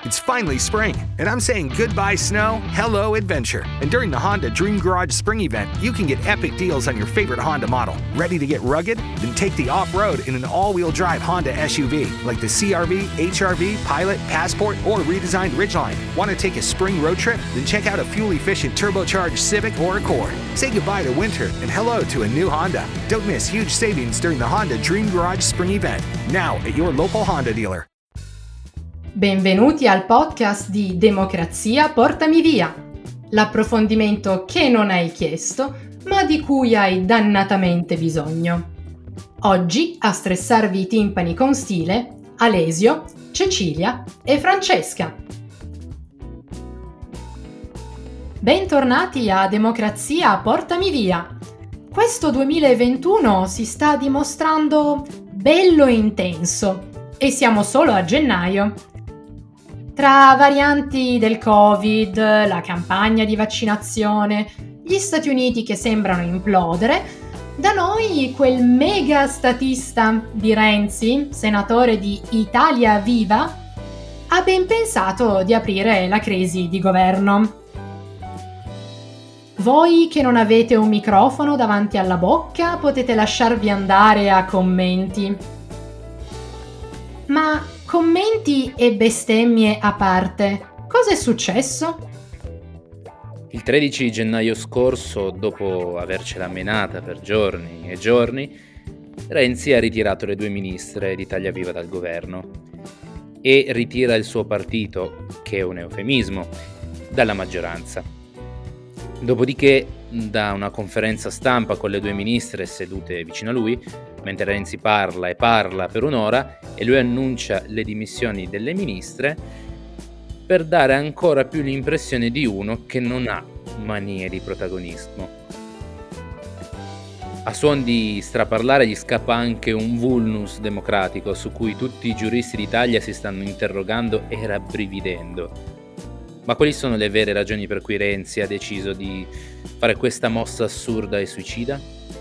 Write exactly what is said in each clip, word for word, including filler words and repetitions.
It's finally spring, and I'm saying goodbye snow, hello adventure. And during the Honda Dream Garage Spring Event, you can get epic deals on your favorite Honda model. Ready to get rugged? Then take the off-road in an all-wheel drive Honda S U V, like the C R V, H R V, Pilot, Passport, or redesigned Ridgeline. Want to take a spring road trip? Then check out a fuel-efficient turbocharged Civic or Accord. Say goodbye to winter and hello to a new Honda. Don't miss huge savings during the Honda Dream Garage Spring Event, now at your local Honda dealer. Benvenuti al podcast di Democrazia Portami Via, l'approfondimento che non hai chiesto, ma di cui hai dannatamente bisogno. Oggi a stressarvi i timpani con stile, Alesio, Cecilia e Francesca. Bentornati a Democrazia Portami Via. Questo duemilaventuno si sta dimostrando bello intenso e siamo solo a gennaio. Tra varianti del Covid, la campagna di vaccinazione, gli Stati Uniti che sembrano implodere, da noi quel mega statista di Renzi, senatore di Italia Viva, ha ben pensato di aprire la crisi di governo. Voi che non avete un microfono davanti alla bocca potete lasciarvi andare a commenti. Ma commenti e bestemmie a parte, cosa è successo? Il tredici gennaio scorso, dopo avercela menata per giorni e giorni, Renzi ha ritirato le due ministre d'Italia Viva dal governo e ritira il suo partito, che è un eufemismo, dalla maggioranza. Dopodiché, da una conferenza stampa con le due ministre sedute vicino a lui, mentre Renzi parla e parla per un'ora e lui annuncia le dimissioni delle ministre per dare ancora più l'impressione di uno che non ha manie di protagonismo. A suon di straparlare gli scappa anche un vulnus democratico su cui tutti i giuristi d'Italia si stanno interrogando e rabbrividendo. Ma quali sono le vere ragioni per cui Renzi ha deciso di fare questa mossa assurda e suicida?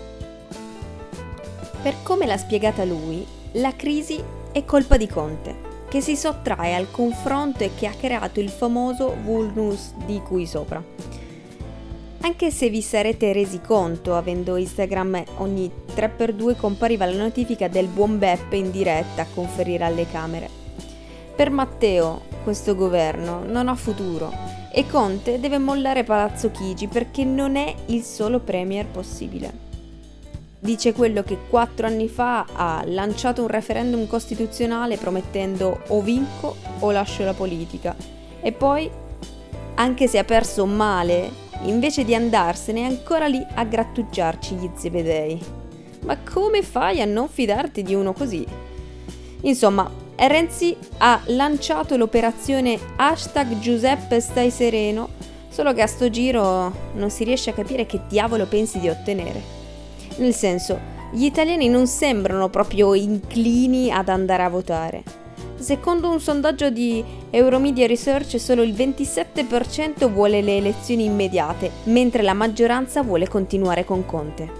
Per come l'ha spiegata lui, la crisi è colpa di Conte, che si sottrae al confronto e che ha creato il famoso vulnus di cui sopra. Anche se vi sarete resi conto, avendo Instagram, ogni tre per due compariva la notifica del buon Beppe in diretta a conferire alle Camere. Per Matteo, questo governo non ha futuro e Conte deve mollare Palazzo Chigi perché non è il solo premier possibile. Dice quello che quattro anni fa ha lanciato un referendum costituzionale promettendo o vinco o lascio la politica e poi, anche se ha perso male, invece di andarsene è ancora lì a grattugiarci gli zebedei. Ma come fai a non fidarti di uno così? Insomma, Renzi ha lanciato l'operazione hashtag Giuseppe stai sereno, solo che a sto giro non si riesce a capire che diavolo pensi di ottenere. Nel senso, gli italiani non sembrano proprio inclini ad andare a votare. Secondo un sondaggio di Euromedia Research solo il ventisette per cento vuole le elezioni immediate, mentre la maggioranza vuole continuare con Conte.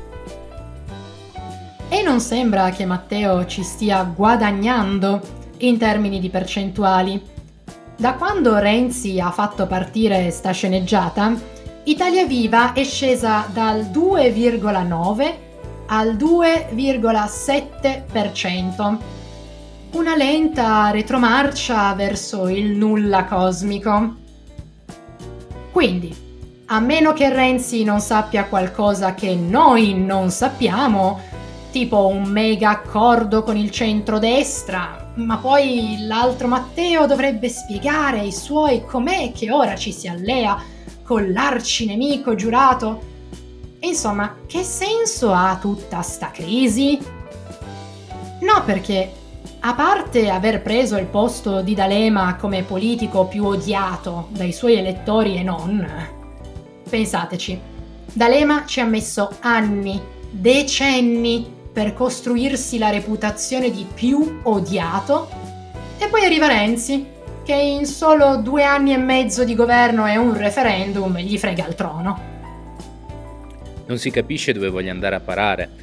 E non sembra che Matteo ci stia guadagnando in termini di percentuali. Da quando Renzi ha fatto partire sta sceneggiata, Italia Viva è scesa dal due virgola nove al due virgola sette per cento. Una lenta retromarcia verso il nulla cosmico. Quindi, a meno che Renzi non sappia qualcosa che noi non sappiamo, tipo un mega accordo con il centrodestra, ma poi l'altro Matteo dovrebbe spiegare ai suoi com'è che ora ci si allea con l'arcinemico giurato. Insomma, che senso ha tutta sta crisi? No, perché a parte aver preso il posto di D'Alema come politico più odiato dai suoi elettori e non, pensateci, D'Alema ci ha messo anni, decenni per costruirsi la reputazione di più odiato, e poi arriva Renzi, che in solo due anni e mezzo di governo e un referendum gli frega il trono. Non si capisce dove voglia andare a parare.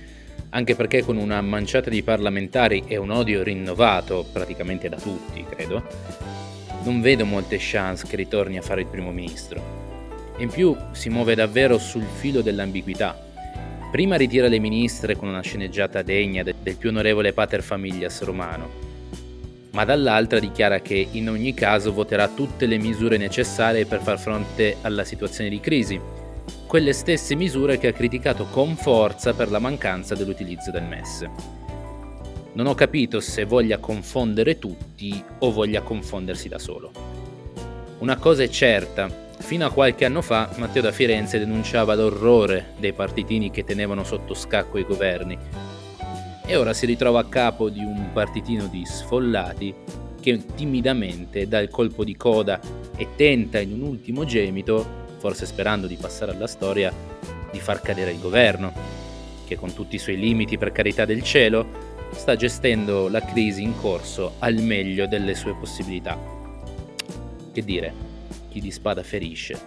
anche perché con una manciata di parlamentari e un odio rinnovato praticamente da tutti, credo, non vedo molte chance che ritorni a fare il primo ministro. E in più si muove davvero sul filo dell'ambiguità. Prima ritira le ministre con una sceneggiata degna de- del più onorevole pater familias romano, ma dall'altra dichiara che in ogni caso voterà tutte le misure necessarie per far fronte alla situazione di crisi, quelle stesse misure che ha criticato con forza per la mancanza dell'utilizzo del M E S. Non ho capito se voglia confondere tutti o voglia confondersi da solo. Una cosa è certa, fino a qualche anno fa Matteo da Firenze denunciava l'orrore dei partitini che tenevano sotto scacco i governi, e ora si ritrova a capo di un partitino di sfollati che timidamente dà il colpo di coda e tenta in un ultimo gemito, forse sperando di passare alla storia, di far cadere il governo, che con tutti i suoi limiti, per carità del cielo, sta gestendo la crisi in corso al meglio delle sue possibilità. Che dire, chi di spada ferisce.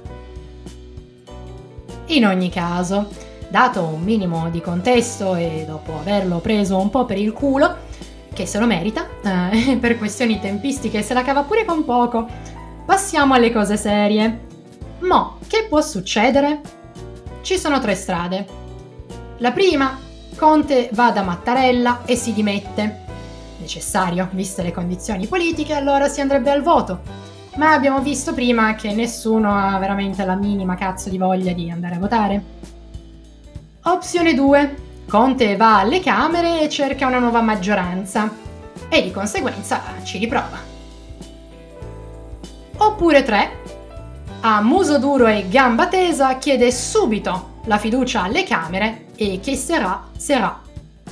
In ogni caso, dato un minimo di contesto e dopo averlo preso un po' per il culo, che se lo merita, eh, per questioni tempistiche se la cava pure con poco, passiamo alle cose serie. Mo, che può succedere? Ci sono tre strade. La prima, Conte va da Mattarella e si dimette. Necessario, viste le condizioni politiche, allora si andrebbe al voto. Ma abbiamo visto prima che nessuno ha veramente la minima cazzo di voglia di andare a votare. Opzione due. Conte va alle Camere e cerca una nuova maggioranza e di conseguenza ci riprova. Oppure tre. A muso duro e gamba tesa chiede subito la fiducia alle Camere e che sarà, sarà.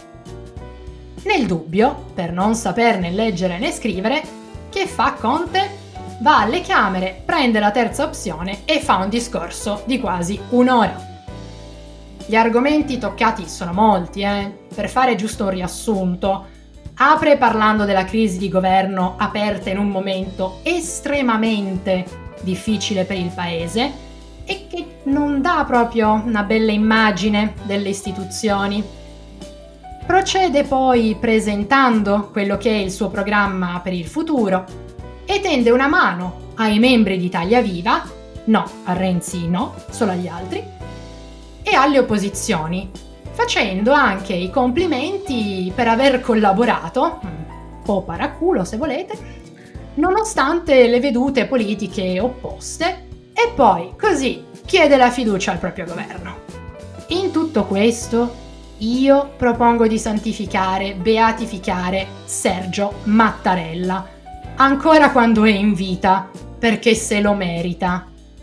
Nel dubbio, per non saper né leggere né scrivere, che fa Conte? Va alle Camere, prende la terza opzione e fa un discorso di quasi un'ora. Gli argomenti toccati sono molti, eh. Per fare giusto un riassunto, apre parlando della crisi di governo aperta in un momento estremamente difficile per il paese e che non dà proprio una bella immagine delle istituzioni. Procede poi presentando quello che è il suo programma per il futuro e tende una mano ai membri di Italia Viva, no, a Renzi no, solo agli altri, e alle opposizioni, facendo anche i complimenti per aver collaborato, un po' paraculo se volete, nonostante le vedute politiche opposte, e poi così chiede la fiducia al proprio governo. In tutto questo, io propongo di santificare, beatificare Sergio Mattarella, ancora quando è in vita, perché se lo merita.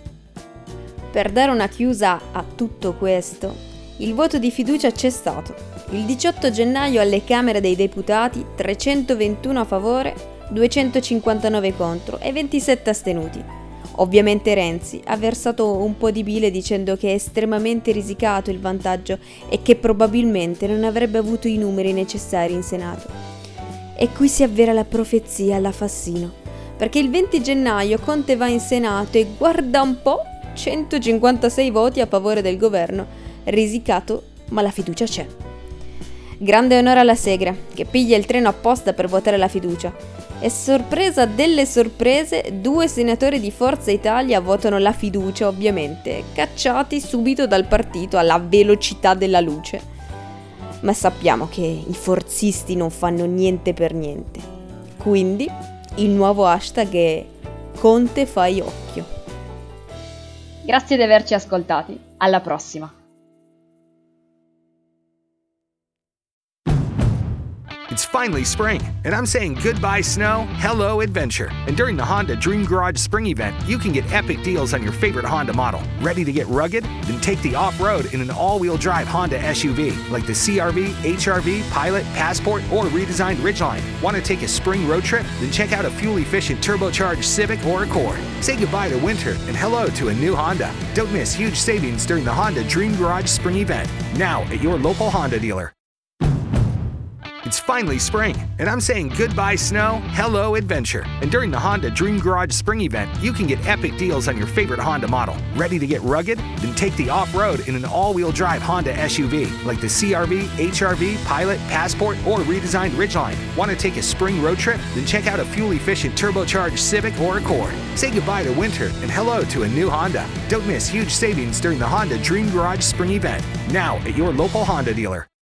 Per dare una chiusa a tutto questo, il voto di fiducia c'è stato. Il diciotto gennaio alle Camere dei Deputati trecentoventuno a favore, duecentocinquantanove contro e ventisette astenuti. Ovviamente Renzi ha versato un po' di bile dicendo che è estremamente risicato il vantaggio e che probabilmente non avrebbe avuto i numeri necessari in Senato. E qui si avvera la profezia alla Fassino, perché il venti gennaio Conte va in Senato e guarda un po', centocinquantasei voti a favore del governo, risicato, ma la fiducia c'è. Grande onore alla Segre, che piglia il treno apposta per votare la fiducia. E sorpresa delle sorprese, due senatori di Forza Italia votano la fiducia, ovviamente, cacciati subito dal partito alla velocità della luce. Ma sappiamo che i forzisti non fanno niente per niente. Quindi, il nuovo hashtag è Conte fai occhio. Grazie di averci ascoltati. Alla prossima. It's finally spring, and I'm saying goodbye snow, hello adventure. And during the Honda Dream Garage Spring Event, you can get epic deals on your favorite Honda model. Ready to get rugged? Then take the off-road in an all-wheel drive Honda S U V, like the C R V, H R V, Pilot, Passport, or redesigned Ridgeline. Want to take a spring road trip? Then check out a fuel-efficient turbocharged Civic or Accord. Say goodbye to winter and hello to a new Honda. Don't miss huge savings during the Honda Dream Garage Spring Event, now at your local Honda dealer. It's finally spring, and I'm saying goodbye snow, hello adventure. And during the Honda Dream Garage Spring Event, you can get epic deals on your favorite Honda model. Ready to get rugged? Then take the off-road in an all-wheel drive Honda S U V, like the C R V, H R V, Pilot, Passport, or redesigned Ridgeline. Want to take a spring road trip? Then check out a fuel-efficient turbocharged Civic or Accord. Say goodbye to winter and hello to a new Honda. Don't miss huge savings during the Honda Dream Garage Spring Event, now at your local Honda dealer.